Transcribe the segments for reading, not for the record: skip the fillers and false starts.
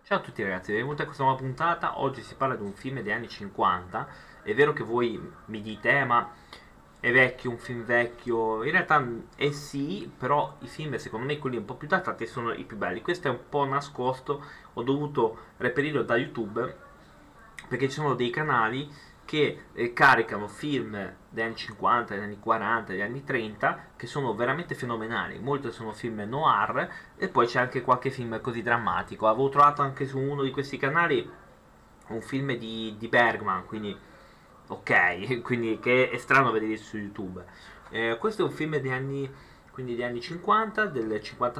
Ciao a tutti ragazzi, benvenuti a questa nuova puntata. Oggi si parla di un film degli anni 50. È vero che voi mi dite, ma è vecchio, un film vecchio. In realtà è sì, però i film secondo me quelli un po' più datati sono i più belli. Questo è un po' nascosto, ho dovuto reperirlo da YouTube perché ci sono dei canali che caricano film degli anni 50, degli anni 40, degli anni 30 che sono veramente fenomenali. Molti sono film noir e poi c'è anche qualche film così drammatico. Avevo trovato anche su uno di questi canali un film di Bergman, quindi ok, quindi che è strano vedere su YouTube. Questo è un film degli anni 50, del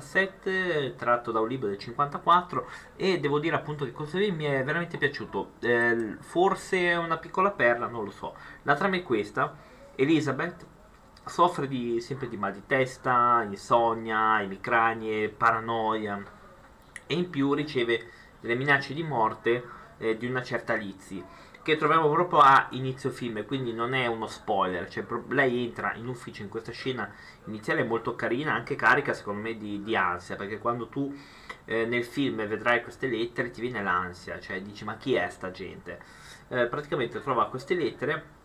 57, tratto da un libro del 54 e devo dire appunto che questo film mi è veramente piaciuto. Forse è una piccola perla, non lo so. La trama è questa: Elizabeth soffre sempre di mal di testa, insonnia, emicranie, paranoia e in più riceve delle minacce di morte di una certa Lizzie che troviamo proprio a inizio film, quindi non è uno spoiler, cioè lei entra in ufficio in questa scena iniziale molto carina, anche carica secondo me di ansia, perché quando tu nel film vedrai queste lettere ti viene l'ansia, cioè dici ma chi è sta gente? Praticamente trova queste lettere,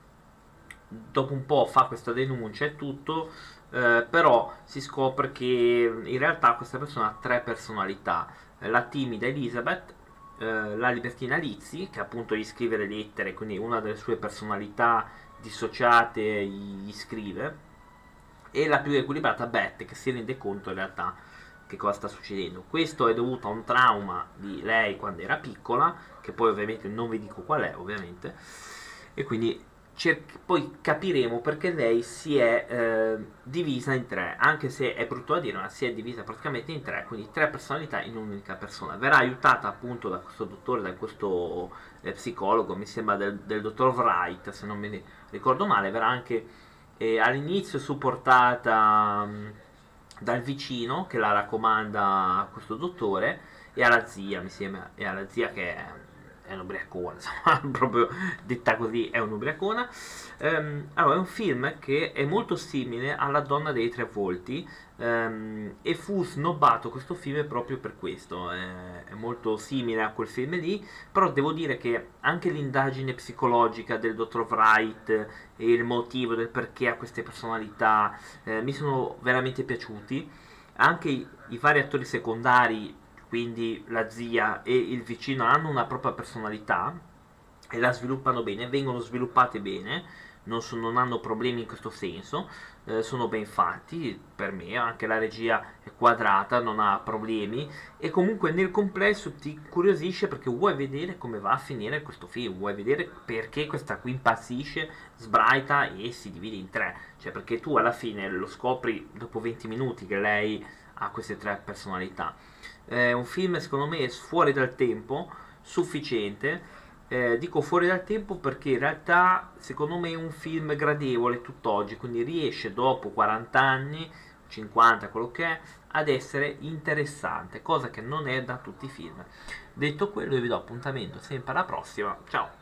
dopo un po' fa questa denuncia e tutto, però si scopre che in realtà questa persona ha tre personalità: la timida Elizabeth, la libertina Lizzie, che appunto gli scrive le lettere, quindi una delle sue personalità dissociate gli scrive, e la più equilibrata Beth, che si rende conto in realtà che cosa sta succedendo. Questo è dovuto a un trauma di lei quando era piccola, che poi ovviamente non vi dico qual è, ovviamente, e quindi poi capiremo perché lei si è divisa in tre, anche se è brutto da dire, ma si è divisa praticamente in tre, quindi tre personalità in un'unica persona. Verrà aiutata appunto da questo dottore, da questo psicologo, mi sembra del dottor Wright, se non mi ricordo male. Verrà anche all'inizio supportata dal vicino che la raccomanda a questo dottore e alla zia, mi sembra, e alla zia che è un'ubriacona, insomma, proprio detta così è un'ubriacona. Allora, è un film che è molto simile alla Donna dei tre volti, e fu snobbato questo film proprio per questo. È molto simile a quel film lì, però devo dire che anche l'indagine psicologica del dottor Wright e il motivo del perché ha queste personalità mi sono veramente piaciuti. Anche i vari attori secondari, quindi la zia e il vicino, hanno una propria personalità e la sviluppano bene, vengono sviluppate bene, non hanno problemi in questo senso, sono ben fatti per me, anche la regia è quadrata, non ha problemi e comunque nel complesso ti incuriosisce perché vuoi vedere come va a finire questo film, vuoi vedere perché questa qui impazzisce, sbraita e si divide in tre, cioè perché tu alla fine lo scopri dopo 20 minuti che lei ha queste tre personalità. È un film secondo me fuori dal tempo, sufficiente. Dico fuori dal tempo perché in realtà secondo me è un film gradevole tutt'oggi, quindi riesce dopo 40 anni, 50 quello che è, ad essere interessante, cosa che non è da tutti i film. Detto quello, io vi do appuntamento sempre alla prossima. Ciao!